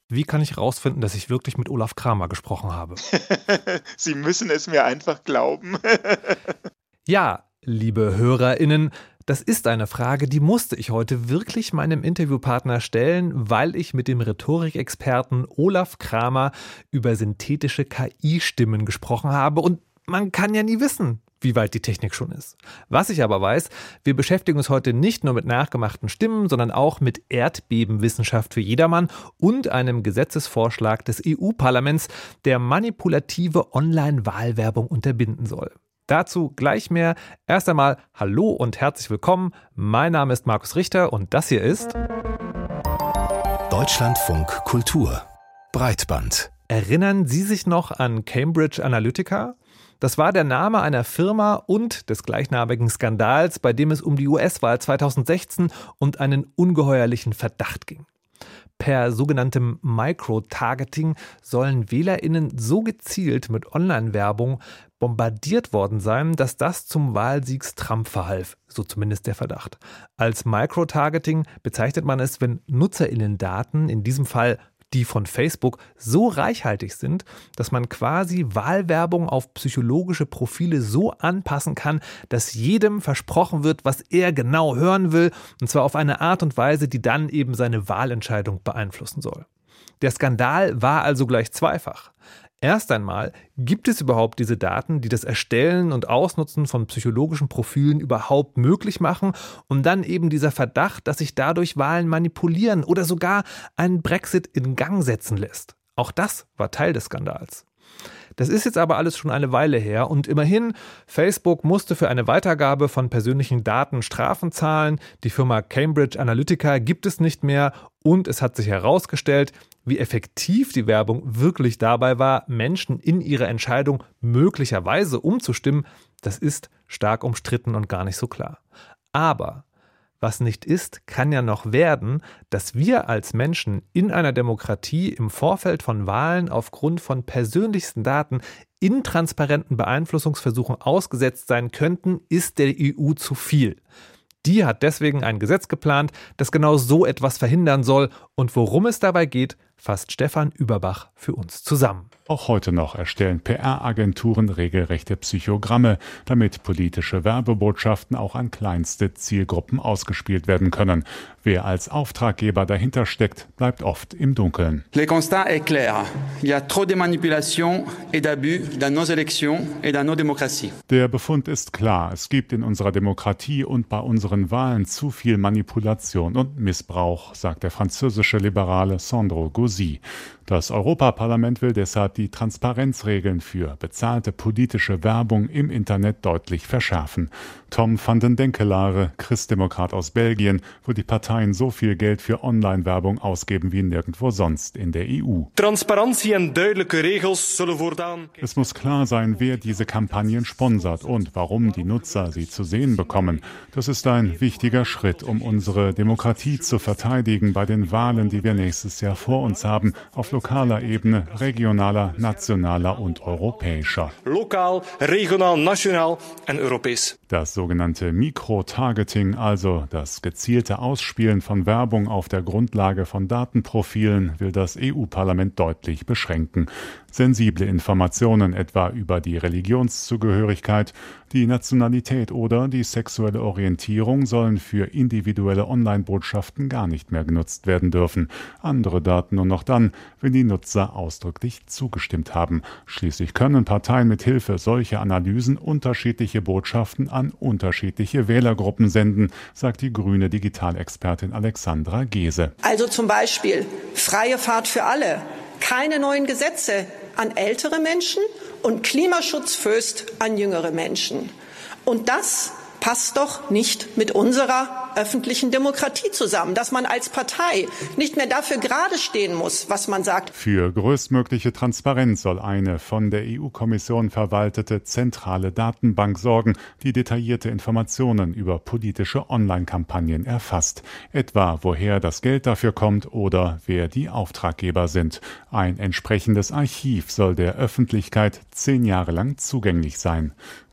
Wie kann ich herausfinden, dass ich wirklich mit Olaf Kramer gesprochen habe? Sie müssen es mir einfach glauben. Ja, liebe HörerInnen, das ist eine Frage, die musste ich heute wirklich meinem Interviewpartner stellen, weil ich mit dem Rhetorikexperten Olaf Kramer über synthetische KI-Stimmen gesprochen habe. Und man kann ja nie wissen, wie weit die Technik schon ist. Was ich aber weiß, wir beschäftigen uns heute nicht nur mit nachgemachten Stimmen, sondern auch mit Erdbebenwissenschaft für jedermann und einem Gesetzesvorschlag des EU-Parlaments, der manipulative Online-Wahlwerbung unterbinden soll. Dazu gleich mehr. Erst einmal hallo und herzlich willkommen. Mein Name ist Markus Richter und das hier ist Deutschlandfunk Kultur Breitband. Erinnern Sie sich noch an Cambridge Analytica? Das war der Name einer Firma und des gleichnamigen Skandals, bei dem es um die US-Wahl 2016 und einen ungeheuerlichen Verdacht ging. Per sogenanntem Microtargeting sollen WählerInnen so gezielt mit Online-Werbung bombardiert worden sein, dass das zum Wahlsiegs Trump verhalf, so zumindest der Verdacht. Als Microtargeting bezeichnet man es, wenn NutzerInnen-Daten, in diesem Fall die von Facebook, so reichhaltig sind, dass man quasi Wahlwerbung auf psychologische Profile so anpassen kann, dass jedem versprochen wird, was er genau hören will, und zwar auf eine Art und Weise, die dann eben seine Wahlentscheidung beeinflussen soll. Der Skandal war also gleich zweifach. Erst einmal, gibt es überhaupt diese Daten, die das Erstellen und Ausnutzen von psychologischen Profilen überhaupt möglich machen? Und dann eben dieser Verdacht, dass sich dadurch Wahlen manipulieren oder sogar einen Brexit in Gang setzen lässt. Auch das war Teil des Skandals. Das ist jetzt aber alles schon eine Weile her und immerhin, Facebook musste für eine Weitergabe von persönlichen Daten Strafen zahlen, die Firma Cambridge Analytica gibt es nicht mehr und es hat sich herausgestellt, wie effektiv die Werbung wirklich dabei war, Menschen in ihre Entscheidung möglicherweise umzustimmen, das ist stark umstritten und gar nicht so klar. Aber was nicht ist, kann ja noch werden, dass wir als Menschen in einer Demokratie im Vorfeld von Wahlen aufgrund von persönlichsten Daten intransparenten Beeinflussungsversuchen ausgesetzt sein könnten, ist der EU zu viel. Die hat deswegen ein Gesetz geplant, das genau so etwas verhindern soll. Und worum es dabei geht, fasst Stefan Überbach für uns zusammen. Auch heute noch erstellen PR-Agenturen regelrechte Psychogramme, damit politische Werbebotschaften auch an kleinste Zielgruppen ausgespielt werden können. Wer als Auftraggeber dahinter steckt, bleibt oft im Dunkeln. Le constat est clair. Il y a trop de manipulation et d'abus dans nos élections et dans nos démocraties. Der Befund ist klar. Es gibt in unserer Demokratie und bei unseren Wahlen zu viel Manipulation und Missbrauch, sagt der französische Liberale Sandro Gauzy. Das Europaparlament will deshalb die Transparenzregeln für bezahlte politische Werbung im Internet deutlich verschärfen. Tom van den Denkelare, Christdemokrat aus Belgien, wo die Parteien so viel Geld für Online-Werbung ausgeben wie nirgendwo sonst in der EU. Transparantie en duidelijke regels zullen voortaan. Es muss klar sein, wer diese Kampagnen sponsert und warum die Nutzer sie zu sehen bekommen. Das ist ein wichtiger Schritt, um unsere Demokratie zu verteidigen bei den Wahlen, die wir nächstes Jahr vor uns haben, auf lokaler Ebene, regionaler, nationaler und europäischer. Lokaal, regionaal, nationaal en Europees. Das sogenannte Mikrotargeting, also das gezielte Ausspielen von Werbung auf der Grundlage von Datenprofilen, will das EU-Parlament deutlich beschränken. Sensible Informationen etwa über die Religionszugehörigkeit, die Nationalität oder die sexuelle Orientierung sollen für individuelle Online-Botschaften gar nicht mehr genutzt werden dürfen. Andere Daten nur noch dann, wenn die Nutzer ausdrücklich zugestimmt haben. Schließlich können Parteien mit Hilfe solcher Analysen unterschiedliche Botschaften an unterschiedliche Wählergruppen senden, sagt die grüne Digitalexpertin Alexandra Gese. Also zum Beispiel freie Fahrt für alle, keine neuen Gesetze an ältere Menschen und Klimaschutz first an jüngere Menschen. Und das passt doch nicht mit unserer öffentlichen Demokratie zusammen, dass man als Partei nicht mehr dafür gerade stehen muss, was man sagt. Für größtmögliche Transparenz soll eine von der EU-Kommission verwaltete zentrale Datenbank sorgen, die detaillierte Informationen über politische Online-Kampagnen erfasst. Etwa, woher das Geld dafür kommt oder wer die Auftraggeber sind. Ein entsprechendes Archiv soll der Öffentlichkeit 10 Jahre lang zugänglich sein.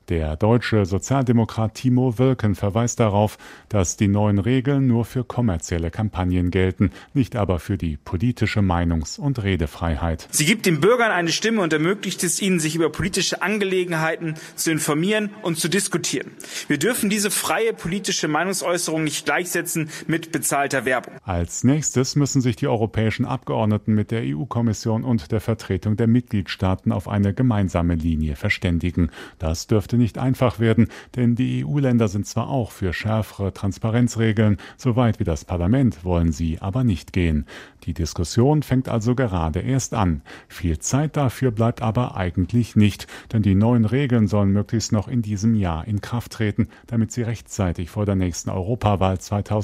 Der deutsche Sozialdemokrat Timo Wölken verweist darauf, dass die neuen Regeln nur für kommerzielle Kampagnen gelten, nicht aber für die politische Meinungs- und Redefreiheit. Sie gibt den Bürgern eine Stimme und ermöglicht es ihnen, sich über politische Angelegenheiten zu informieren und zu diskutieren. Wir dürfen diese freie politische Meinungsäußerung nicht gleichsetzen mit bezahlter Werbung. Als nächstes müssen sich die europäischen Abgeordneten mit der EU-Kommission und der Vertretung der Mitgliedstaaten auf eine gemeinsame Linie verständigen. Das dürfte nicht einfach werden, denn die EU-Länder sind zwar auch für schärfere Transparenzregeln, so weit wie das Parlament wollen sie aber nicht gehen. Die Diskussion fängt also gerade erst an. Viel Zeit dafür bleibt aber eigentlich nicht, denn die neuen Regeln sollen möglichst noch in diesem Jahr in Kraft treten, damit sie rechtzeitig vor der nächsten Europawahl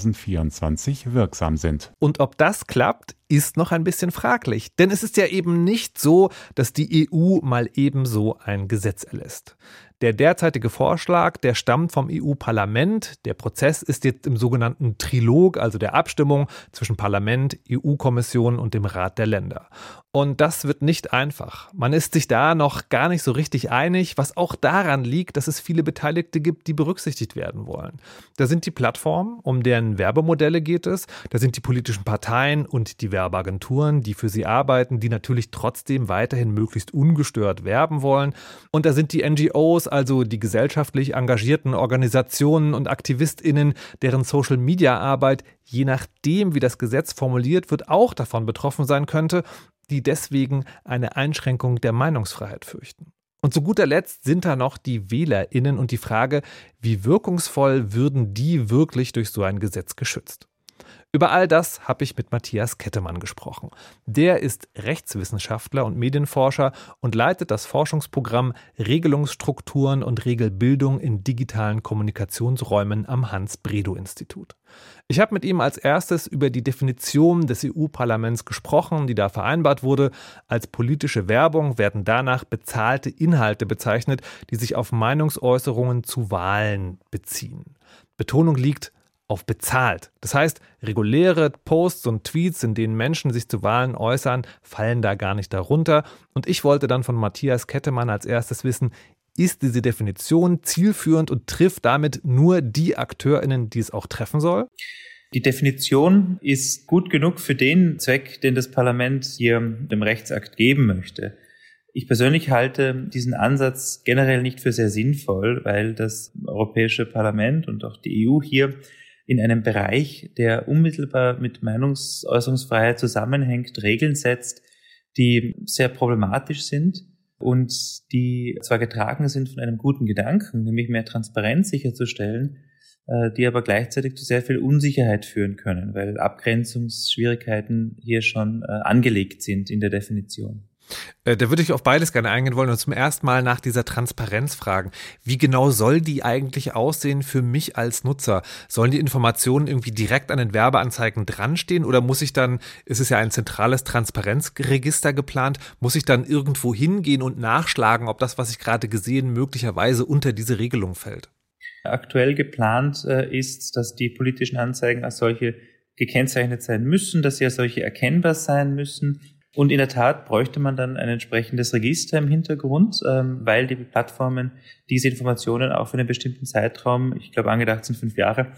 2024 wirksam sind. Und ob das klappt, ist noch ein bisschen fraglich. Denn es ist ja eben nicht so, dass die EU mal ebenso ein Gesetz erlässt. Der derzeitige Vorschlag, der stammt vom EU-Parlament. Der Prozess ist jetzt im sogenannten Trilog, also der Abstimmung zwischen Parlament, EU-Kommission und dem Rat der Länder. Und das wird nicht einfach. Man ist sich da noch gar nicht so richtig einig, was auch daran liegt, dass es viele Beteiligte gibt, die berücksichtigt werden wollen. Da sind die Plattformen, um deren Werbemodelle geht es. Da sind die politischen Parteien und die Werbeagenturen, die für sie arbeiten, die natürlich trotzdem weiterhin möglichst ungestört werben wollen. Und da sind die NGOs, also die gesellschaftlich engagierten Organisationen und AktivistInnen, deren Social-Media-Arbeit, je nachdem, wie das Gesetz formuliert wird, auch davon betroffen sein könnte, die deswegen eine Einschränkung der Meinungsfreiheit fürchten. Und zu guter Letzt sind da noch die WählerInnen und die Frage, wie wirkungsvoll würden die wirklich durch so ein Gesetz geschützt? Über all das habe ich mit Matthias Kettemann gesprochen. Der ist Rechtswissenschaftler und Medienforscher und leitet das Forschungsprogramm Regelungsstrukturen und Regelbildung in digitalen Kommunikationsräumen am Hans-Bredow-Institut. Ich habe mit ihm als erstes über die Definition des EU-Parlaments gesprochen, die da vereinbart wurde. Als politische Werbung werden danach bezahlte Inhalte bezeichnet, die sich auf Meinungsäußerungen zu Wahlen beziehen. Betonung liegt auf bezahlt. Das heißt, reguläre Posts und Tweets, in denen Menschen sich zu Wahlen äußern, fallen da gar nicht darunter. Und ich wollte dann von Matthias Kettemann als erstes wissen, ist diese Definition zielführend und trifft damit nur die AkteurInnen, die es auch treffen soll? Die Definition ist gut genug für den Zweck, den das Parlament hier dem Rechtsakt geben möchte. Ich persönlich halte diesen Ansatz generell nicht für sehr sinnvoll, weil das Europäische Parlament und auch die EU hier in einem Bereich, der unmittelbar mit Meinungsäußerungsfreiheit zusammenhängt, Regeln setzt, die sehr problematisch sind und die zwar getragen sind von einem guten Gedanken, nämlich mehr Transparenz sicherzustellen, die aber gleichzeitig zu sehr viel Unsicherheit führen können, weil Abgrenzungsschwierigkeiten hier schon angelegt sind in der Definition. Da würde ich auf beides gerne eingehen wollen und zum ersten Mal nach dieser Transparenz fragen. Wie genau soll die eigentlich aussehen für mich als Nutzer? Sollen die Informationen irgendwie direkt an den Werbeanzeigen dranstehen oder muss ich dann, es ist ja ein zentrales Transparenzregister geplant, muss ich dann irgendwo hingehen und nachschlagen, ob das, was ich gerade gesehen, möglicherweise unter diese Regelung fällt? Aktuell geplant ist, dass die politischen Anzeigen als solche gekennzeichnet sein müssen, dass sie als solche erkennbar sein müssen. Und in der Tat bräuchte man dann ein entsprechendes Register im Hintergrund, weil die Plattformen diese Informationen auch für einen bestimmten Zeitraum, ich glaube angedacht sind 5 Jahre,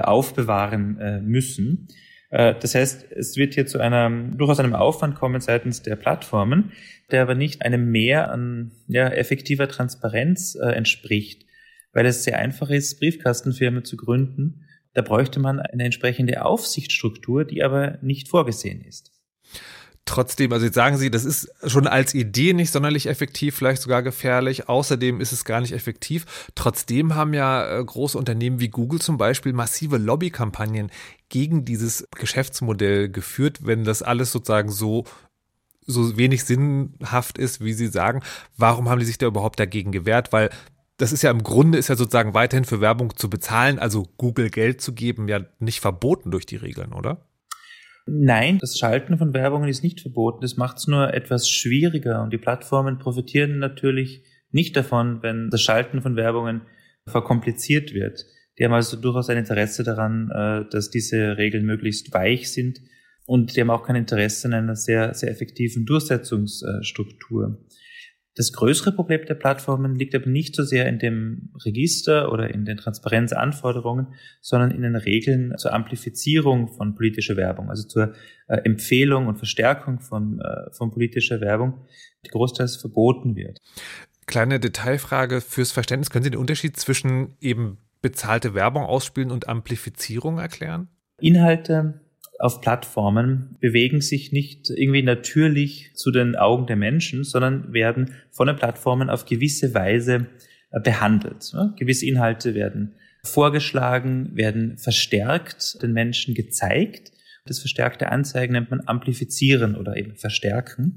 aufbewahren müssen. Das heißt, es wird hier zu durchaus einem Aufwand kommen seitens der Plattformen, der aber nicht einem Mehr an effektiver Transparenz entspricht, weil es sehr einfach ist, Briefkastenfirmen zu gründen. Da bräuchte man eine entsprechende Aufsichtsstruktur, die aber nicht vorgesehen ist. Trotzdem, also jetzt sagen Sie, das ist schon als Idee nicht sonderlich effektiv, vielleicht sogar gefährlich. Außerdem ist es gar nicht effektiv. Trotzdem haben ja große Unternehmen wie Google zum Beispiel massive Lobbykampagnen gegen dieses Geschäftsmodell geführt, wenn das alles sozusagen so wenig sinnhaft ist, wie Sie sagen. Warum haben die sich da überhaupt dagegen gewehrt? Weil das ist ja im Grunde sozusagen weiterhin für Werbung zu bezahlen, also Google Geld zu geben, ja nicht verboten durch die Regeln, oder? Nein, das Schalten von Werbungen ist nicht verboten. Das macht es nur etwas schwieriger und die Plattformen profitieren natürlich nicht davon, wenn das Schalten von Werbungen verkompliziert wird. Die haben also durchaus ein Interesse daran, dass diese Regeln möglichst weich sind und die haben auch kein Interesse an einer sehr, sehr effektiven Durchsetzungsstruktur. Das größere Problem der Plattformen liegt aber nicht so sehr in dem Register oder in den Transparenzanforderungen, sondern in den Regeln zur Amplifizierung von politischer Werbung, also zur Empfehlung und Verstärkung von politischer Werbung, die großteils verboten wird. Kleine Detailfrage fürs Verständnis. Können Sie den Unterschied zwischen eben bezahlte Werbung ausspielen und Amplifizierung erklären? Inhalte auf Plattformen bewegen sich nicht irgendwie natürlich zu den Augen der Menschen, sondern werden von den Plattformen auf gewisse Weise behandelt. Gewisse Inhalte werden vorgeschlagen, werden verstärkt den Menschen gezeigt. Das verstärkte Anzeigen nennt man Amplifizieren oder eben Verstärken.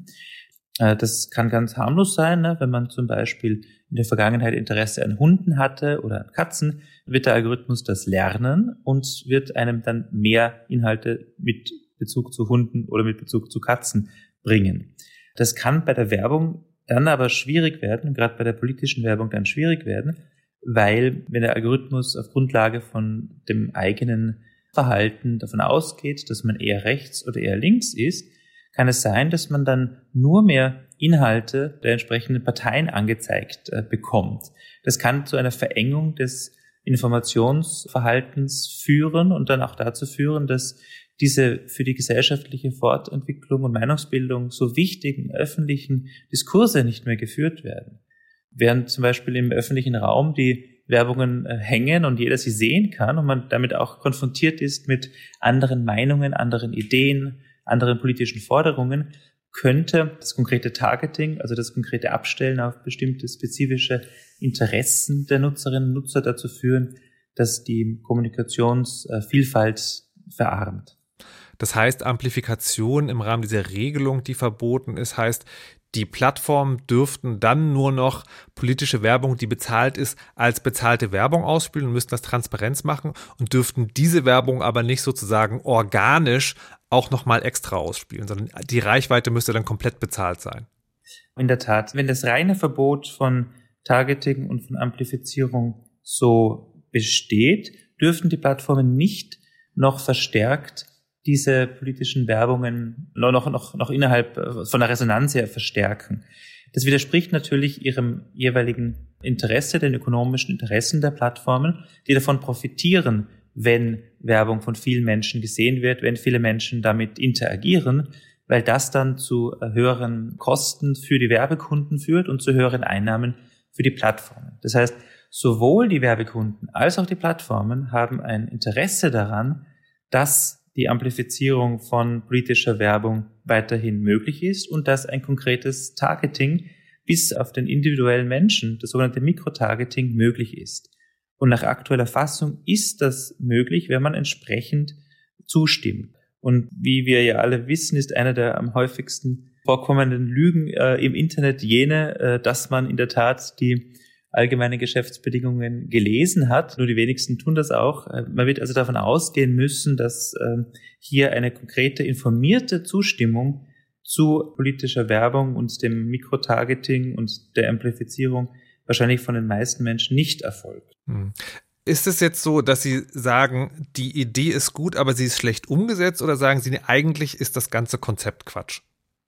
Das kann ganz harmlos sein, wenn man zum Beispiel in der Vergangenheit Interesse an Hunden hatte oder an Katzen, wird der Algorithmus das lernen und wird einem dann mehr Inhalte mit Bezug zu Hunden oder mit Bezug zu Katzen bringen. Das kann bei der Werbung dann aber schwierig werden, gerade bei der politischen Werbung dann schwierig werden, weil wenn der Algorithmus auf Grundlage von dem eigenen Verhalten davon ausgeht, dass man eher rechts oder eher links ist, kann es sein, dass man dann nur mehr Inhalte der entsprechenden Parteien angezeigt bekommt. Das kann zu einer Verengung des Informationsverhaltens führen und dann auch dazu führen, dass diese für die gesellschaftliche Fortentwicklung und Meinungsbildung so wichtigen öffentlichen Diskurse nicht mehr geführt werden. Während zum Beispiel im öffentlichen Raum die Werbungen hängen und jeder sie sehen kann und man damit auch konfrontiert ist mit anderen Meinungen, anderen Ideen, anderen politischen Forderungen, könnte das konkrete Targeting, also das konkrete Abstellen auf bestimmte spezifische Interessen der Nutzerinnen und Nutzer dazu führen, dass die Kommunikationsvielfalt verarmt. Das heißt, Amplifikation im Rahmen dieser Regelung, die verboten ist, heißt, die Plattformen dürften dann nur noch politische Werbung, die bezahlt ist, als bezahlte Werbung ausspielen und müssten das Transparenz machen und dürften diese Werbung aber nicht sozusagen organisch auch nochmal extra ausspielen, sondern die Reichweite müsste dann komplett bezahlt sein. In der Tat, wenn das reine Verbot von Targeting und von Amplifizierung so besteht, dürfen die Plattformen nicht noch verstärkt diese politischen Werbungen noch innerhalb von der Resonanz her verstärken. Das widerspricht natürlich ihrem jeweiligen Interesse, den ökonomischen Interessen der Plattformen, die davon profitieren, wenn Werbung von vielen Menschen gesehen wird, wenn viele Menschen damit interagieren, weil das dann zu höheren Kosten für die Werbekunden führt und zu höheren Einnahmen für die Plattformen. Das heißt, sowohl die Werbekunden als auch die Plattformen haben ein Interesse daran, dass die Amplifizierung von politischer Werbung weiterhin möglich ist und dass ein konkretes Targeting bis auf den individuellen Menschen, das sogenannte Mikrotargeting, möglich ist. Und nach aktueller Fassung ist das möglich, wenn man entsprechend zustimmt. Und wie wir ja alle wissen, ist eine der am häufigsten vorkommenden Lügen im Internet jene, dass man in der Tat die allgemeine Geschäftsbedingungen gelesen hat. Nur die wenigsten tun das auch. Man wird also davon ausgehen müssen, dass hier eine konkrete, informierte Zustimmung zu politischer Werbung und dem Mikrotargeting und der Amplifizierung wahrscheinlich von den meisten Menschen nicht erfolgt. Ist es jetzt so, dass Sie sagen, die Idee ist gut, aber sie ist schlecht umgesetzt, oder sagen Sie, eigentlich ist das ganze Konzept Quatsch?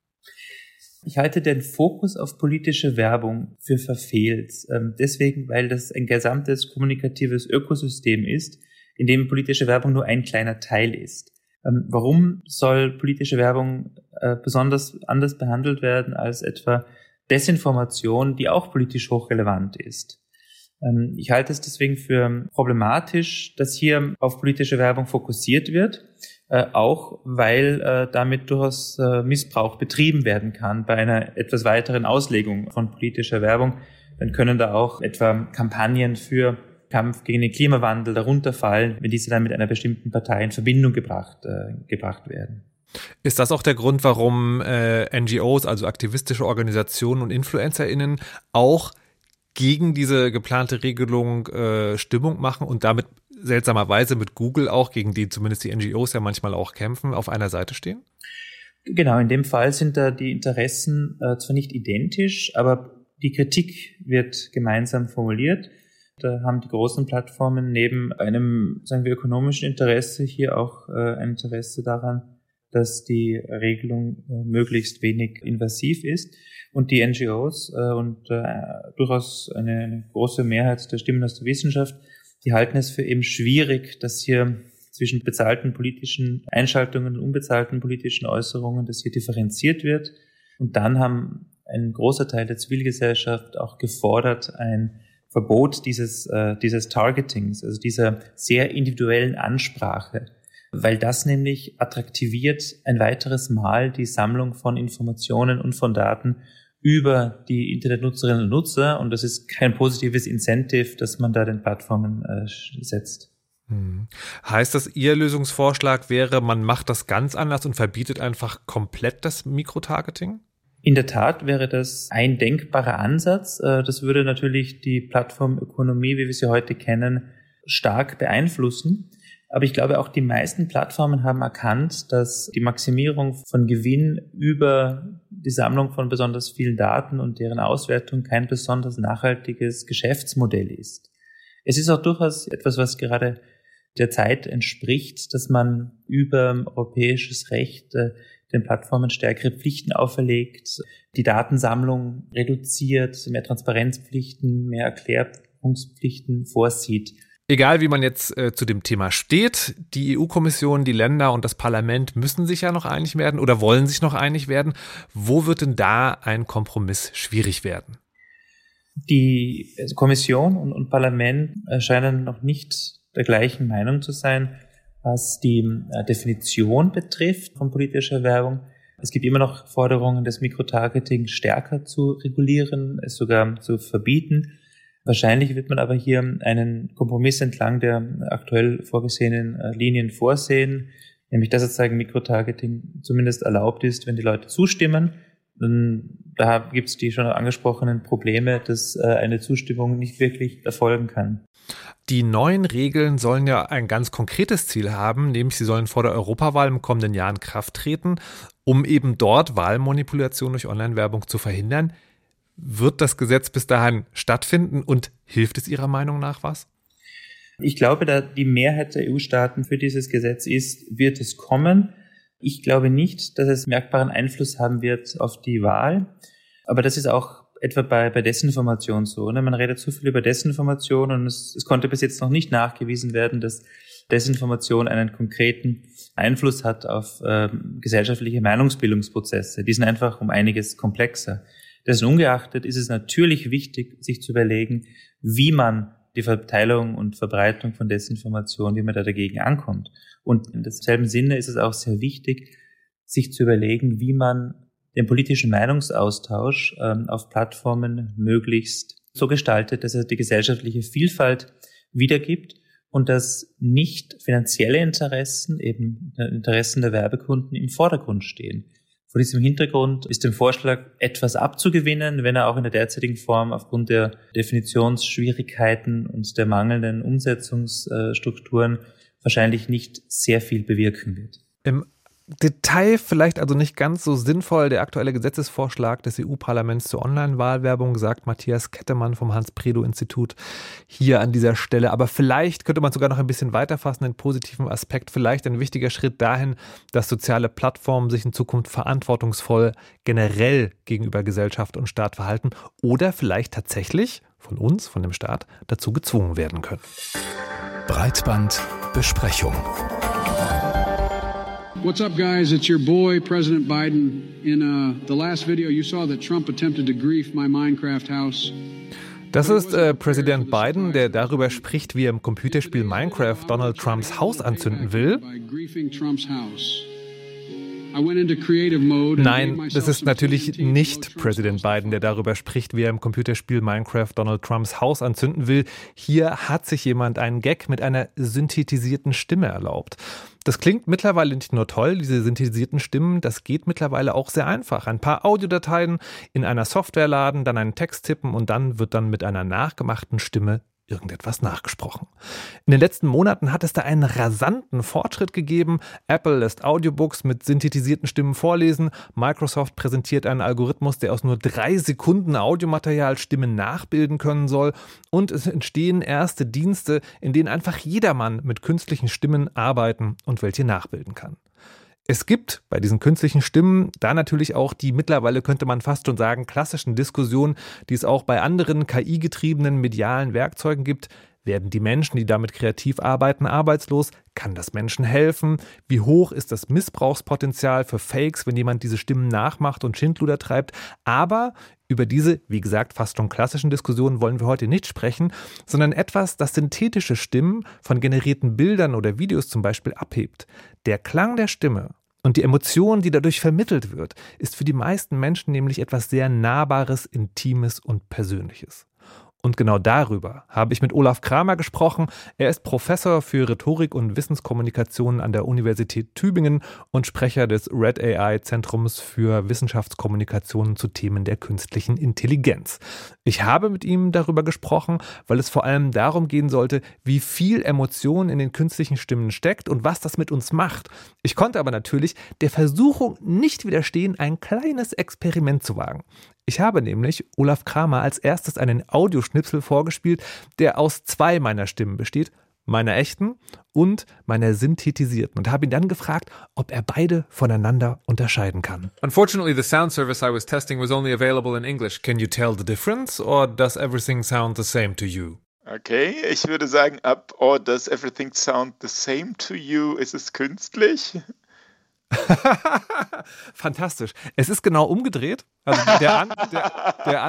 Ich halte den Fokus auf politische Werbung für verfehlt. Deswegen, weil das ein gesamtes kommunikatives Ökosystem ist, in dem politische Werbung nur ein kleiner Teil ist. Warum soll politische Werbung besonders anders behandelt werden als etwa Desinformation, die auch politisch hochrelevant ist? Ich halte es deswegen für problematisch, dass hier auf politische Werbung fokussiert wird, auch weil damit durchaus Missbrauch betrieben werden kann bei einer etwas weiteren Auslegung von politischer Werbung. Dann können da auch etwa Kampagnen für Kampf gegen den Klimawandel darunter fallen, wenn diese dann mit einer bestimmten Partei in Verbindung gebracht werden. Ist das auch der Grund, warum NGOs, also aktivistische Organisationen und InfluencerInnen, auch gegen diese geplante Regelung Stimmung machen und damit seltsamerweise mit Google auch, gegen die zumindest die NGOs ja manchmal auch kämpfen, auf einer Seite stehen? Genau, in dem Fall sind da die Interessen zwar nicht identisch, aber die Kritik wird gemeinsam formuliert. Da haben die großen Plattformen neben einem, sagen wir, ökonomischen Interesse hier auch ein Interesse daran, dass die Regelung möglichst wenig invasiv ist. Und die NGOs und durchaus eine große Mehrheit der Stimmen aus der Wissenschaft, die halten es für eben schwierig, dass hier zwischen bezahlten politischen Einschaltungen und unbezahlten politischen Äußerungen, dass hier differenziert wird. Und dann haben ein großer Teil der Zivilgesellschaft auch gefordert, ein Verbot dieses Targetings, also dieser sehr individuellen Ansprache, weil das nämlich attraktiviert ein weiteres Mal die Sammlung von Informationen und von Daten über die Internetnutzerinnen und Nutzer, und das ist kein positives Incentive, das man da den Plattformen setzt. Heißt das, Ihr Lösungsvorschlag wäre, man macht das ganz anders und verbietet einfach komplett das Mikrotargeting? In der Tat wäre das ein denkbarer Ansatz. Das würde natürlich die Plattformökonomie, wie wir sie heute kennen, stark beeinflussen. Aber ich glaube, auch die meisten Plattformen haben erkannt, dass die Maximierung von Gewinn über die Sammlung von besonders vielen Daten und deren Auswertung kein besonders nachhaltiges Geschäftsmodell ist. Es ist auch durchaus etwas, was gerade der Zeit entspricht, dass man über europäisches Recht den Plattformen stärkere Pflichten auferlegt, die Datensammlung reduziert, mehr Transparenzpflichten, mehr Erklärungspflichten vorsieht. Egal, wie man jetzt zu dem Thema steht, die EU-Kommission, die Länder und das Parlament müssen sich ja noch einig werden oder wollen sich noch einig werden. Wo wird denn da ein Kompromiss schwierig werden? Die Kommission und Parlament scheinen noch nicht der gleichen Meinung zu sein, was die Definition betrifft von politischer Werbung. Es gibt immer noch Forderungen, das Mikrotargeting stärker zu regulieren, es sogar zu verbieten. Wahrscheinlich wird man aber hier einen Kompromiss entlang der aktuell vorgesehenen Linien vorsehen, nämlich dass sozusagen Mikrotargeting zumindest erlaubt ist, wenn die Leute zustimmen. Da gibt es die schon angesprochenen Probleme, dass eine Zustimmung nicht wirklich erfolgen kann. Die neuen Regeln sollen ja ein ganz konkretes Ziel haben, nämlich sie sollen vor der Europawahl im kommenden Jahr in Kraft treten, um eben dort Wahlmanipulation durch Online-Werbung zu verhindern. Wird das Gesetz bis dahin stattfinden und hilft es Ihrer Meinung nach was? Ich glaube, da die Mehrheit der EU-Staaten für dieses Gesetz ist, wird es kommen. Ich glaube nicht, dass es merkbaren Einfluss haben wird auf die Wahl, aber das ist auch etwa bei Desinformation so. Ne? Man redet zu viel über Desinformation und es konnte bis jetzt noch nicht nachgewiesen werden, dass Desinformation einen konkreten Einfluss hat auf gesellschaftliche Meinungsbildungsprozesse. Die sind einfach um einiges komplexer. Dessen ungeachtet ist es natürlich wichtig, sich zu überlegen, wie man die Verteilung und Verbreitung von Desinformation, wie man da dagegen ankommt. Und in demselben Sinne ist es auch sehr wichtig, sich zu überlegen, wie man den politischen Meinungsaustausch auf Plattformen möglichst so gestaltet, dass er die gesellschaftliche Vielfalt wiedergibt und dass nicht finanzielle Interessen, eben Interessen der Werbekunden im Vordergrund stehen. Vor diesem Hintergrund ist dem Vorschlag etwas abzugewinnen, wenn er auch in der derzeitigen Form aufgrund der Definitionsschwierigkeiten und der mangelnden Umsetzungsstrukturen wahrscheinlich nicht sehr viel bewirken wird. Im Detail vielleicht also nicht ganz so sinnvoll der aktuelle Gesetzesvorschlag des EU-Parlaments zur Online-Wahlwerbung, sagt Matthias Kettemann vom Hans-Bredow-Institut hier an dieser Stelle. Aber vielleicht könnte man sogar noch ein bisschen weiterfassen, einen positiven Aspekt, vielleicht ein wichtiger Schritt dahin, dass soziale Plattformen sich in Zukunft verantwortungsvoll generell gegenüber Gesellschaft und Staat verhalten oder vielleicht tatsächlich von uns, von dem Staat, dazu gezwungen werden können. Breitbandbesprechung. What's up, guys? It's your boy, President Biden. In the last video, you saw that Trump attempted to grief my Minecraft house. Das ist Präsident Biden, der darüber spricht, wie er im Computerspiel Minecraft Donald Trumps Haus anzünden will. Nein, das ist natürlich nicht Präsident Biden, der darüber spricht, wie er im Computerspiel Minecraft Donald Trumps Haus anzünden will. Hier hat sich jemand einen Gag mit einer synthetisierten Stimme erlaubt. Das klingt mittlerweile nicht nur toll, diese synthetisierten Stimmen, das geht mittlerweile auch sehr einfach. Ein paar Audiodateien in einer Software laden, dann einen Text tippen und dann wird dann mit einer nachgemachten Stimme irgendetwas nachgesprochen. In den letzten Monaten hat es da einen rasanten Fortschritt gegeben. Apple lässt Audiobooks mit synthetisierten Stimmen vorlesen. Microsoft präsentiert einen Algorithmus, der aus nur 3 Sekunden Audiomaterial Stimmen nachbilden können soll. Und es entstehen erste Dienste, in denen einfach jedermann mit künstlichen Stimmen arbeiten und welche nachbilden kann. Es gibt bei diesen künstlichen Stimmen da natürlich auch die mittlerweile, könnte man fast schon sagen, klassischen Diskussionen, die es auch bei anderen KI-getriebenen medialen Werkzeugen gibt. Werden die Menschen, die damit kreativ arbeiten, arbeitslos? Kann das Menschen helfen? Wie hoch ist das Missbrauchspotenzial für Fakes, wenn jemand diese Stimmen nachmacht und Schindluder treibt? Aber über diese, wie gesagt, fast schon klassischen Diskussionen wollen wir heute nicht sprechen, sondern etwas, das synthetische Stimmen von generierten Bildern oder Videos zum Beispiel abhebt. Der Klang der Stimme und die Emotion, die dadurch vermittelt wird, ist für die meisten Menschen nämlich etwas sehr Nahbares, Intimes und Persönliches. Und genau darüber habe ich mit Olaf Kramer gesprochen. Er ist Professor für Rhetorik und Wissenskommunikation an der Universität Tübingen und Sprecher des Red AI Zentrums für Wissenschaftskommunikation zu Themen der künstlichen Intelligenz. Ich habe mit ihm darüber gesprochen, weil es vor allem darum gehen sollte, wie viel Emotion in den künstlichen Stimmen steckt und was das mit uns macht. Ich konnte aber natürlich der Versuchung nicht widerstehen, ein kleines Experiment zu wagen. Ich habe nämlich Olaf Kramer als erstes einen Audioschnipsel vorgespielt, der aus 2 meiner Stimmen besteht, meiner echten und meiner synthetisierten, und habe ihn dann gefragt, ob er beide voneinander unterscheiden kann. Unfortunately, the sound service I was testing was only available in English. Can you tell the difference, or does everything sound the same to you? Okay, ich würde sagen, does everything sound the same to you? Ist es künstlich? Fantastisch. Es ist genau umgedreht. Also der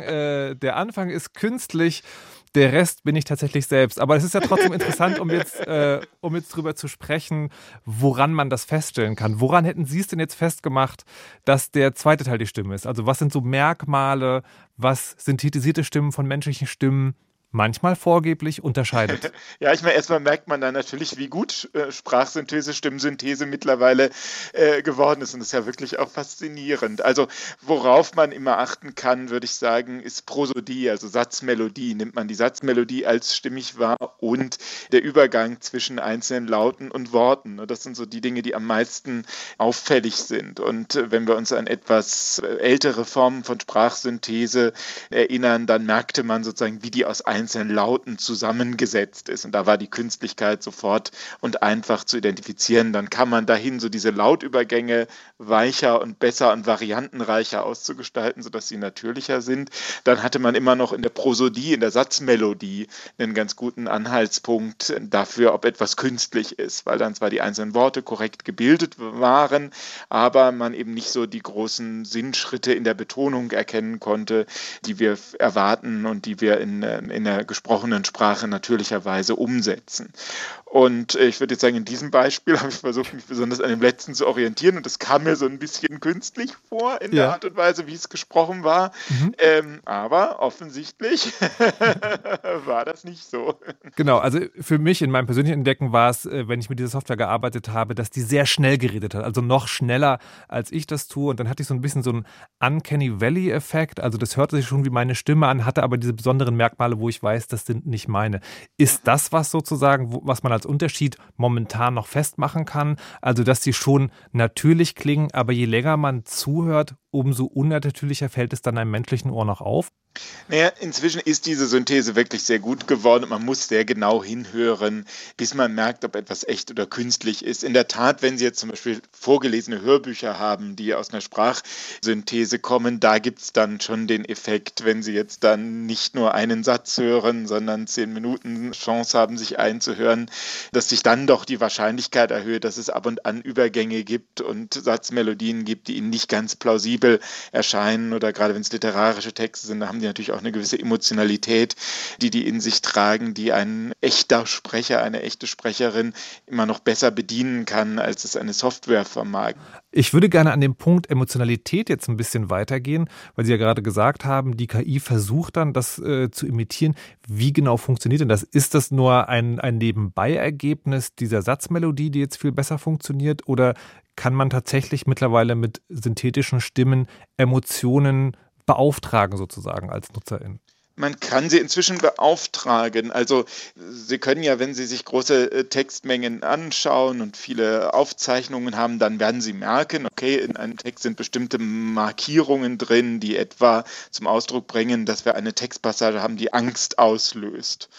Anfang ist künstlich, der Rest bin ich tatsächlich selbst. Aber es ist ja trotzdem interessant, um jetzt drüber zu sprechen, woran man das feststellen kann. Woran hätten Sie es denn jetzt festgemacht, dass der zweite Teil die Stimme ist? Also was sind so Merkmale, was synthetisierte Stimmen von menschlichen Stimmen manchmal vorgeblich unterscheidet? Ja, ich meine, erstmal merkt man dann natürlich, wie gut Sprachsynthese, Stimmsynthese mittlerweile geworden ist. Und das ist ja wirklich auch faszinierend. Also worauf man immer achten kann, würde ich sagen, ist Prosodie, also Satzmelodie. Nimmt man die Satzmelodie als stimmig wahr und der Übergang zwischen einzelnen Lauten und Worten. Das sind so die Dinge, die am meisten auffällig sind. Und wenn wir uns an etwas ältere Formen von Sprachsynthese erinnern, dann merkte man sozusagen, wie die aus einzelnen Lauten zusammengesetzt ist. Und da war die Künstlichkeit sofort und einfach zu identifizieren. Dann kann man dahin so diese Lautübergänge weicher und besser und variantenreicher auszugestalten, sodass sie natürlicher sind. Dann hatte man immer noch in der Prosodie, in der Satzmelodie einen ganz guten Anhaltspunkt dafür, ob etwas künstlich ist, weil dann zwar die einzelnen Worte korrekt gebildet waren, aber man eben nicht so die großen Sinnschritte in der Betonung erkennen konnte, die wir erwarten und die wir in der gesprochenen Sprache natürlicherweise umsetzen. Und ich würde jetzt sagen, in diesem Beispiel habe ich versucht, mich besonders an dem letzten zu orientieren, und das kam mir so ein bisschen künstlich vor in der Art und Weise, wie es gesprochen war. Aber offensichtlich war das nicht so. Genau, also für mich in meinem persönlichen Entdecken war es, wenn ich mit dieser Software gearbeitet habe, dass die sehr schnell geredet hat, also noch schneller, als ich das tue. Und dann hatte ich so ein bisschen so einen Uncanny Valley-Effekt, also das hörte sich schon wie meine Stimme an, hatte aber diese besonderen Merkmale, wo ich weiß, das sind nicht meine. Ist das was sozusagen, was man als Unterschied momentan noch festmachen kann? Also, dass sie schon natürlich klingen, aber je länger man zuhört, umso unnatürlicher fällt es dann einem menschlichen Ohr noch auf? Naja, inzwischen ist diese Synthese wirklich sehr gut geworden und man muss sehr genau hinhören, bis man merkt, ob etwas echt oder künstlich ist. In der Tat, wenn Sie jetzt zum Beispiel vorgelesene Hörbücher haben, die aus einer Sprachsynthese kommen, da gibt es dann schon den Effekt, wenn Sie jetzt dann nicht nur einen Satz hören, sondern 10 Minuten Chance haben, sich einzuhören, dass sich dann doch die Wahrscheinlichkeit erhöht, dass es ab und an Übergänge gibt und Satzmelodien gibt, die Ihnen nicht ganz plausibel erscheinen, oder gerade wenn es literarische Texte sind, da haben die natürlich auch eine gewisse Emotionalität, die in sich tragen, die ein echter Sprecher, eine echte Sprecherin immer noch besser bedienen kann, als es eine Software vermag. Ich würde gerne an dem Punkt Emotionalität jetzt ein bisschen weitergehen, weil Sie ja gerade gesagt haben, die KI versucht dann, das zu imitieren. Wie genau funktioniert denn das? Ist das nur ein Nebenbei-Ergebnis dieser Satzmelodie, die jetzt viel besser funktioniert, oder kann man tatsächlich mittlerweile mit synthetischen Stimmen Emotionen beauftragen sozusagen als Nutzerin? Man kann sie inzwischen beauftragen. Also Sie können ja, wenn Sie sich große Textmengen anschauen und viele Aufzeichnungen haben, dann werden Sie merken, okay, in einem Text sind bestimmte Markierungen drin, die etwa zum Ausdruck bringen, dass wir eine Textpassage haben, die Angst auslöst.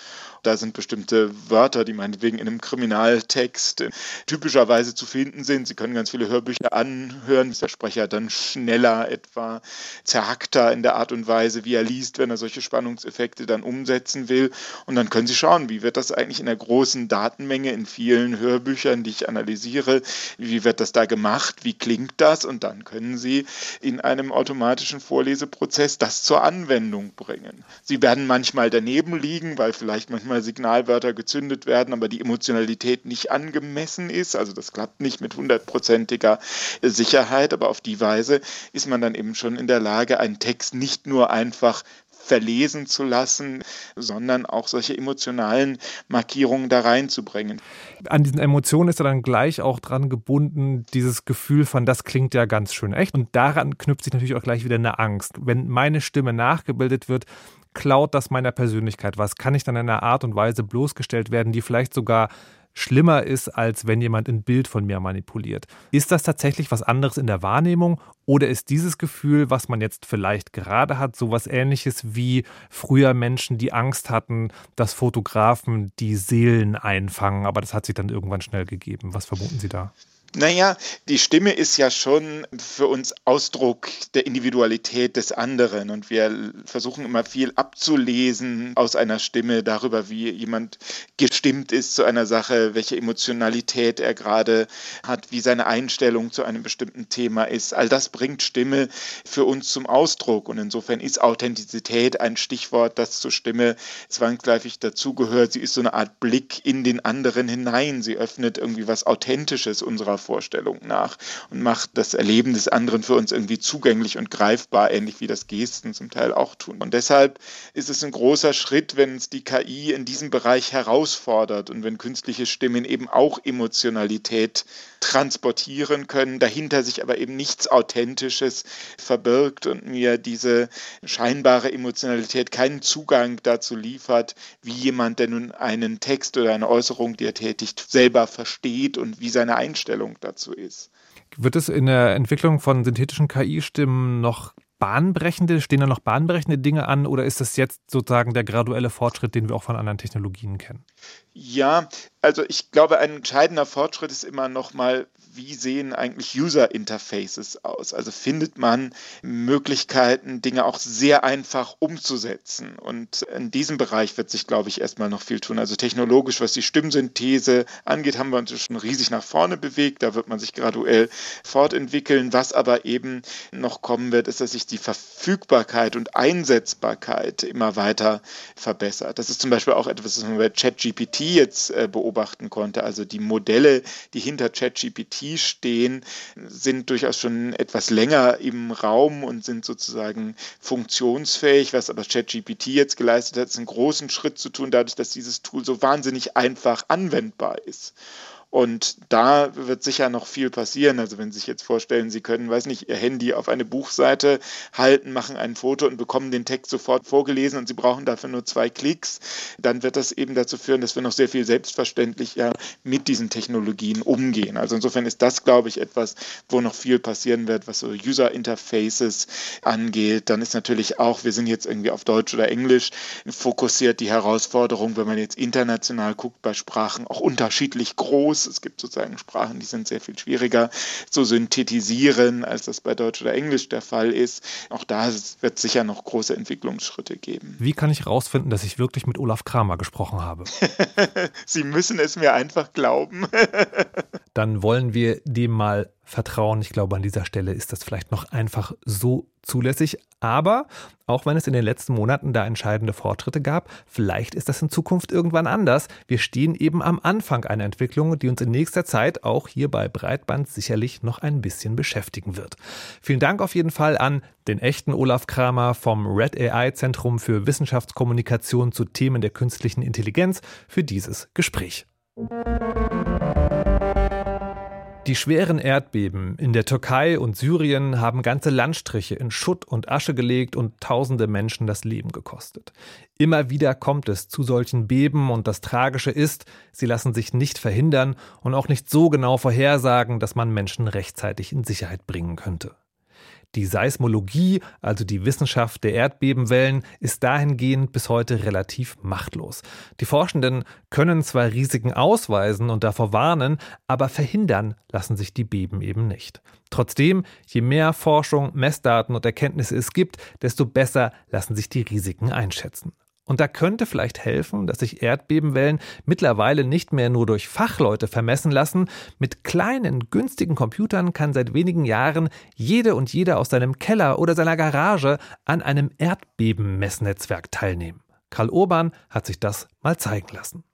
Da sind bestimmte Wörter, die meinetwegen in einem Kriminaltext typischerweise zu finden sind. Sie können ganz viele Hörbücher anhören, ist der Sprecher dann schneller, etwa zerhackter in der Art und Weise, wie er liest, wenn er solche Spannungseffekte dann umsetzen will. Und dann können Sie schauen, wie wird das eigentlich in der großen Datenmenge in vielen Hörbüchern, die ich analysiere, wie wird das da gemacht, wie klingt das? Und dann können Sie in einem automatischen Vorleseprozess das zur Anwendung bringen. Sie werden manchmal daneben liegen, weil vielleicht manchmal Signalwörter gezündet werden, aber die Emotionalität nicht angemessen ist. Also das klappt nicht mit 100%iger Sicherheit, aber auf die Weise ist man dann eben schon in der Lage, einen Text nicht nur einfach verlesen zu lassen, sondern auch solche emotionalen Markierungen da reinzubringen. An diesen Emotionen ist er dann gleich auch dran gebunden, dieses Gefühl von, das klingt ja ganz schön echt. Und daran knüpft sich natürlich auch gleich wieder eine Angst. Wenn meine Stimme nachgebildet wird, klaut das meiner Persönlichkeit was? Kann ich dann in einer Art und Weise bloßgestellt werden, die vielleicht sogar schlimmer ist, als wenn jemand ein Bild von mir manipuliert? Ist das tatsächlich was anderes in der Wahrnehmung oder ist dieses Gefühl, was man jetzt vielleicht gerade hat, sowas Ähnliches wie früher Menschen, die Angst hatten, dass Fotografen die Seelen einfangen, aber das hat sich dann irgendwann schnell gegeben? Was vermuten Sie da? Naja, die Stimme ist ja schon für uns Ausdruck der Individualität des anderen und wir versuchen immer viel abzulesen aus einer Stimme darüber, wie jemand gestimmt ist zu einer Sache, welche Emotionalität er gerade hat, wie seine Einstellung zu einem bestimmten Thema ist. All das bringt Stimme für uns zum Ausdruck und insofern ist Authentizität ein Stichwort, das zur Stimme zwangsläufig dazugehört. Sie ist so eine Art Blick in den anderen hinein. Sie öffnet irgendwie was Authentisches unserer Vorstellung nach und macht das Erleben des anderen für uns irgendwie zugänglich und greifbar, ähnlich wie das Gesten zum Teil auch tun. Und deshalb ist es ein großer Schritt, wenn es die KI in diesem Bereich herausfordert und wenn künstliche Stimmen eben auch Emotionalität transportieren können, dahinter sich aber eben nichts Authentisches verbirgt und mir diese scheinbare Emotionalität keinen Zugang dazu liefert, wie jemand, der nun einen Text oder eine Äußerung, die er tätigt, selber versteht und wie seine Einstellung dazu ist. Wird es in der Entwicklung von synthetischen KI-Stimmen stehen da noch bahnbrechende Dinge an oder ist das jetzt sozusagen der graduelle Fortschritt, den wir auch von anderen Technologien kennen? Ja, also ich glaube, ein entscheidender Fortschritt ist immer noch mal, wie sehen eigentlich User-Interfaces aus? Also findet man Möglichkeiten, Dinge auch sehr einfach umzusetzen? Und in diesem Bereich wird sich, glaube ich, erstmal noch viel tun. Also technologisch, was die Stimmsynthese angeht, haben wir uns schon riesig nach vorne bewegt. Da wird man sich graduell fortentwickeln. Was aber eben noch kommen wird, ist, dass sich die Verfügbarkeit und Einsetzbarkeit immer weiter verbessert. Das ist zum Beispiel auch etwas, was man bei ChatGPT jetzt beobachten konnte. Also die Modelle, die hinter ChatGPT stehen, sind durchaus schon etwas länger im Raum und sind sozusagen funktionsfähig. Was aber ChatGPT jetzt geleistet hat, ist einen großen Schritt zu tun, dadurch, dass dieses Tool so wahnsinnig einfach anwendbar ist. Und da wird sicher noch viel passieren. Also wenn Sie sich jetzt vorstellen, Sie können, Ihr Handy auf eine Buchseite halten, machen ein Foto und bekommen den Text sofort vorgelesen und Sie brauchen dafür nur 2 Klicks, dann wird das eben dazu führen, dass wir noch sehr viel selbstverständlicher mit diesen Technologien umgehen. Also insofern ist das, glaube ich, etwas, wo noch viel passieren wird, was so User-Interfaces angeht. Dann ist natürlich auch, wir sind jetzt irgendwie auf Deutsch oder Englisch fokussiert, die Herausforderung, wenn man jetzt international guckt, bei Sprachen auch unterschiedlich groß. Es gibt sozusagen Sprachen, die sind sehr viel schwieriger zu synthetisieren, als das bei Deutsch oder Englisch der Fall ist. Auch da wird es sicher noch große Entwicklungsschritte geben. Wie kann ich herausfinden, dass ich wirklich mit Olaf Kramer gesprochen habe? Sie müssen es mir einfach glauben. Dann wollen wir dem mal vertrauen. Ich glaube, an dieser Stelle ist das vielleicht noch einfach so zulässig. Aber auch wenn es in den letzten Monaten da entscheidende Fortschritte gab, vielleicht ist das in Zukunft irgendwann anders. Wir stehen eben am Anfang einer Entwicklung, die uns in nächster Zeit auch hier bei Breitband sicherlich noch ein bisschen beschäftigen wird. Vielen Dank auf jeden Fall an den echten Olaf Kramer vom Red AI Zentrum für Wissenschaftskommunikation zu Themen der künstlichen Intelligenz für dieses Gespräch. Die schweren Erdbeben in der Türkei und Syrien haben ganze Landstriche in Schutt und Asche gelegt und tausende Menschen das Leben gekostet. Immer wieder kommt es zu solchen Beben und das Tragische ist, sie lassen sich nicht verhindern und auch nicht so genau vorhersagen, dass man Menschen rechtzeitig in Sicherheit bringen könnte. Die Seismologie, also die Wissenschaft der Erdbebenwellen, ist dahingehend bis heute relativ machtlos. Die Forschenden können zwar Risiken ausweisen und davor warnen, aber verhindern lassen sich die Beben eben nicht. Trotzdem, je mehr Forschung, Messdaten und Erkenntnisse es gibt, desto besser lassen sich die Risiken einschätzen. Und da könnte vielleicht helfen, dass sich Erdbebenwellen mittlerweile nicht mehr nur durch Fachleute vermessen lassen. Mit kleinen, günstigen Computern kann seit wenigen Jahren jede und jeder aus seinem Keller oder seiner Garage an einem Erdbebenmessnetzwerk teilnehmen. Karl Urban hat sich das mal zeigen lassen.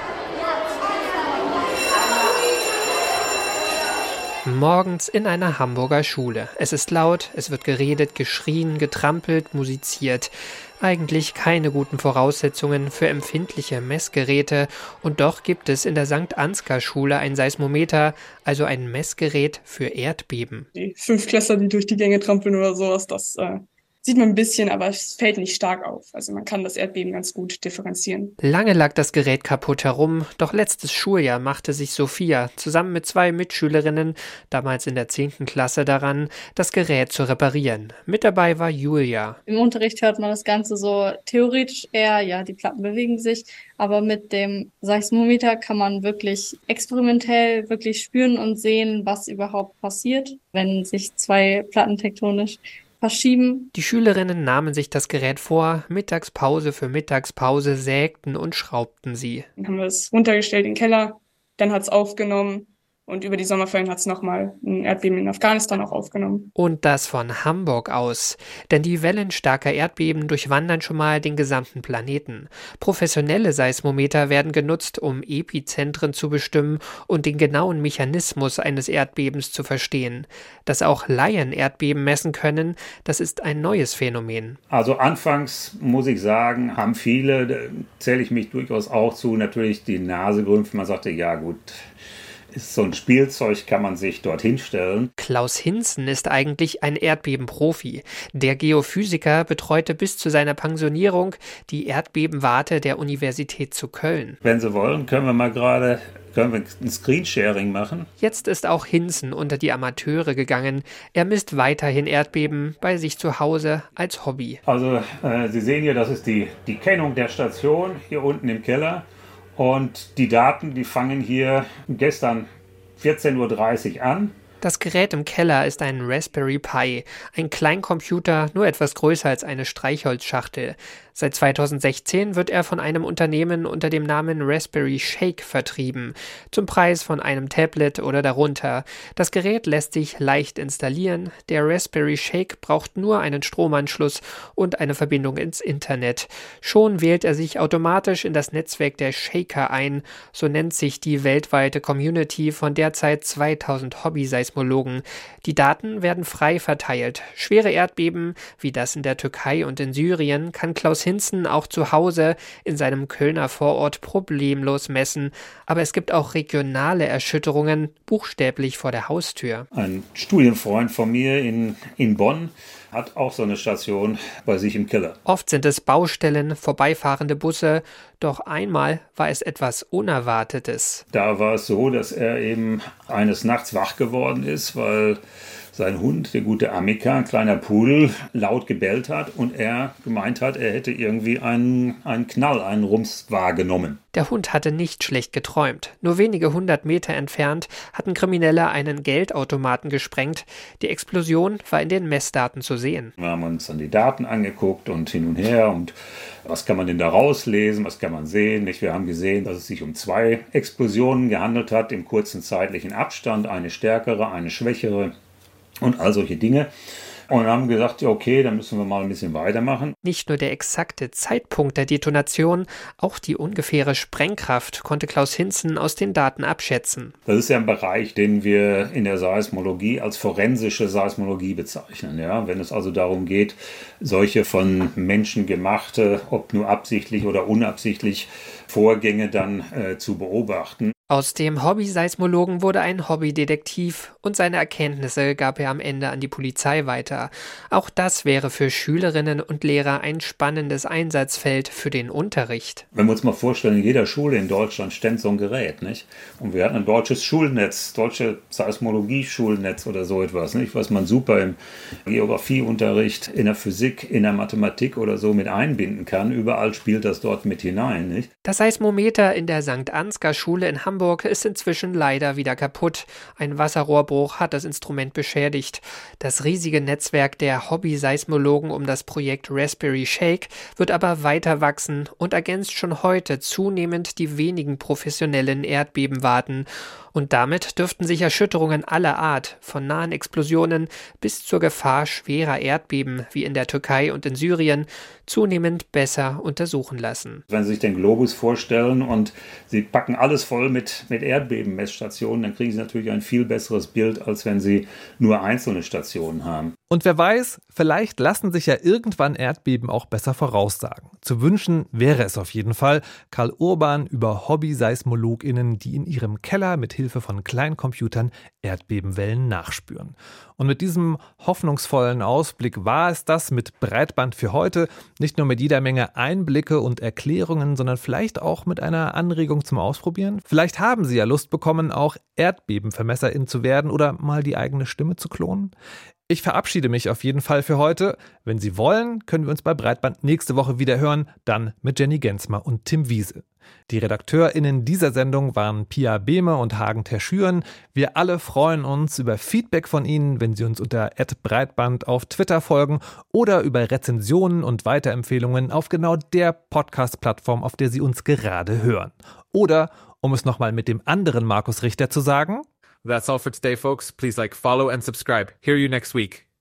Morgens in einer Hamburger Schule. Es ist laut, es wird geredet, geschrien, getrampelt, musiziert. Eigentlich keine guten Voraussetzungen für empfindliche Messgeräte. Und doch gibt es in der St. Ansgar Schule ein Seismometer, also ein Messgerät für Erdbeben. Die 5-Klässler, die durch die Gänge trampeln oder sowas, das sieht man ein bisschen, aber es fällt nicht stark auf. Also man kann das Erdbeben ganz gut differenzieren. Lange lag das Gerät kaputt herum, doch letztes Schuljahr machte sich Sophia zusammen mit 2 Mitschülerinnen, damals in der 10. Klasse, daran, das Gerät zu reparieren. Mit dabei war Julia. Im Unterricht hört man das Ganze so theoretisch eher, ja, die Platten bewegen sich, aber mit dem Seismometer kann man wirklich experimentell wirklich spüren und sehen, was überhaupt passiert, wenn sich 2 Platten tektonisch verschieben. Die Schülerinnen nahmen sich das Gerät vor, Mittagspause für Mittagspause sägten und schraubten sie. Dann haben wir es runtergestellt in den Keller, dann hat es aufgenommen und über die Sommerferien hat es nochmal ein Erdbeben in Afghanistan auch aufgenommen. Und das von Hamburg aus. Denn die Wellen starker Erdbeben durchwandern schon mal den gesamten Planeten. Professionelle Seismometer werden genutzt, um Epizentren zu bestimmen und den genauen Mechanismus eines Erdbebens zu verstehen. Dass auch Laien Erdbeben messen können, das ist ein neues Phänomen. Also anfangs, muss ich sagen, haben viele, da zähle ich mich durchaus auch zu, natürlich die Nase gerümpft. Man sagte, ja gut, ist so ein Spielzeug, kann man sich dort hinstellen. Klaus Hinzen ist eigentlich ein Erdbebenprofi. Der Geophysiker betreute bis zu seiner Pensionierung die Erdbebenwarte der Universität zu Köln. Wenn Sie wollen, können wir ein Screensharing machen. Jetzt ist auch Hinzen unter die Amateure gegangen. Er misst weiterhin Erdbeben bei sich zu Hause als Hobby. Also Sie sehen hier, das ist die Kennung der Station hier unten im Keller. Und die Daten, die fangen hier gestern 14:30 Uhr an. Das Gerät im Keller ist ein Raspberry Pi, ein Kleincomputer, nur etwas größer als eine Streichholzschachtel. Seit 2016 wird er von einem Unternehmen unter dem Namen Raspberry Shake vertrieben, zum Preis von einem Tablet oder darunter. Das Gerät lässt sich leicht installieren. Der Raspberry Shake braucht nur einen Stromanschluss und eine Verbindung ins Internet. Schon wählt er sich automatisch in das Netzwerk der Shaker ein, so nennt sich die weltweite Community von derzeit 2000 Hobby-Seismologen. Die Daten werden frei verteilt. Schwere Erdbeben, wie das in der Türkei und in Syrien, kann Klaus Hinzen auch zu Hause in seinem Kölner Vorort problemlos messen. Aber es gibt auch regionale Erschütterungen, buchstäblich vor der Haustür. Ein Studienfreund von mir in Bonn hat auch so eine Station bei sich im Keller. Oft sind es Baustellen, vorbeifahrende Busse, doch einmal war es etwas Unerwartetes. Da war es so, dass er eben eines Nachts wach geworden ist, weil sein Hund, der gute Amika, ein kleiner Pudel, laut gebellt hat und er gemeint hat, er hätte irgendwie einen Knall, einen Rums wahrgenommen. Der Hund hatte nicht schlecht geträumt. Nur wenige 100 Meter entfernt hatten Kriminelle einen Geldautomaten gesprengt. Die Explosion war in den Messdaten zu sehen. Wir haben uns dann die Daten angeguckt und hin und her und was kann man denn da rauslesen, was kann man sehen? Wir haben gesehen, dass es sich um 2 Explosionen gehandelt hat im kurzen zeitlichen Abstand, eine stärkere, eine schwächere und all solche Dinge. Und haben gesagt, ja, okay, dann müssen wir mal ein bisschen weitermachen. Nicht nur der exakte Zeitpunkt der Detonation, auch die ungefähre Sprengkraft konnte Klaus Hinzen aus den Daten abschätzen. Das ist ja ein Bereich, den wir in der Seismologie als forensische Seismologie bezeichnen. Ja? Wenn es also darum geht, solche von Menschen gemachte, ob nur absichtlich oder unabsichtlich, Vorgänge dann zu beobachten. Aus dem Hobby-Seismologen wurde ein Hobbydetektiv und seine Erkenntnisse gab er am Ende an die Polizei weiter. Auch das wäre für Schülerinnen und Lehrer ein spannendes Einsatzfeld für den Unterricht. Wenn wir uns mal vorstellen, in jeder Schule in Deutschland stand so ein Gerät, nicht? Und wir hatten ein deutsches Schulnetz, deutsche Seismologie-Schulnetz oder so etwas, nicht? Was man super im Geografieunterricht, in der Physik, in der Mathematik oder so mit einbinden kann. Überall spielt das dort mit hinein, nicht? Das Seismometer in der St. Ansgar Schule in Hamburg ist inzwischen leider wieder kaputt. Ein Wasserrohrbruch hat das Instrument beschädigt. Das riesige Netzwerk der Hobby-Seismologen um das Projekt Raspberry Shake wird aber weiter wachsen und ergänzt schon heute zunehmend die wenigen professionellen Erdbebenwarten. Und damit dürften sich Erschütterungen aller Art, von nahen Explosionen bis zur Gefahr schwerer Erdbeben wie in der Türkei und in Syrien, zunehmend besser untersuchen lassen. Wenn Sie sich den Globus vorstellen und Sie packen alles voll mit Erdbebenmessstationen, dann kriegen Sie natürlich ein viel besseres Bild, als wenn Sie nur einzelne Stationen haben. Und wer weiß, vielleicht lassen sich ja irgendwann Erdbeben auch besser voraussagen. Zu wünschen wäre es auf jeden Fall. Karl Urban über Hobby-SeismologInnen, die in ihrem Keller mit Hilfe von Kleincomputern Erdbebenwellen nachspüren. Und mit diesem hoffnungsvollen Ausblick war es das mit Breitband für heute. Nicht nur mit jeder Menge Einblicke und Erklärungen, sondern vielleicht auch mit einer Anregung zum Ausprobieren. Vielleicht haben Sie ja Lust bekommen, auch Erdbebenvermesserin zu werden oder mal die eigene Stimme zu klonen. Ich verabschiede mich auf jeden Fall für heute. Wenn Sie wollen, können wir uns bei Breitband nächste Woche wieder hören, dann mit Jenny Gensmer und Tim Wiese. Die RedakteurInnen dieser Sendung waren Pia Behme und Hagen Terschüren. Wir alle freuen uns über Feedback von Ihnen, wenn Sie uns unter @breitband auf Twitter folgen oder über Rezensionen und Weiterempfehlungen auf genau der Podcast-Plattform, auf der Sie uns gerade hören. Oder, um es nochmal mit dem anderen Markus Richter zu sagen: That's all for today, folks. Please follow and subscribe. Hear you next week.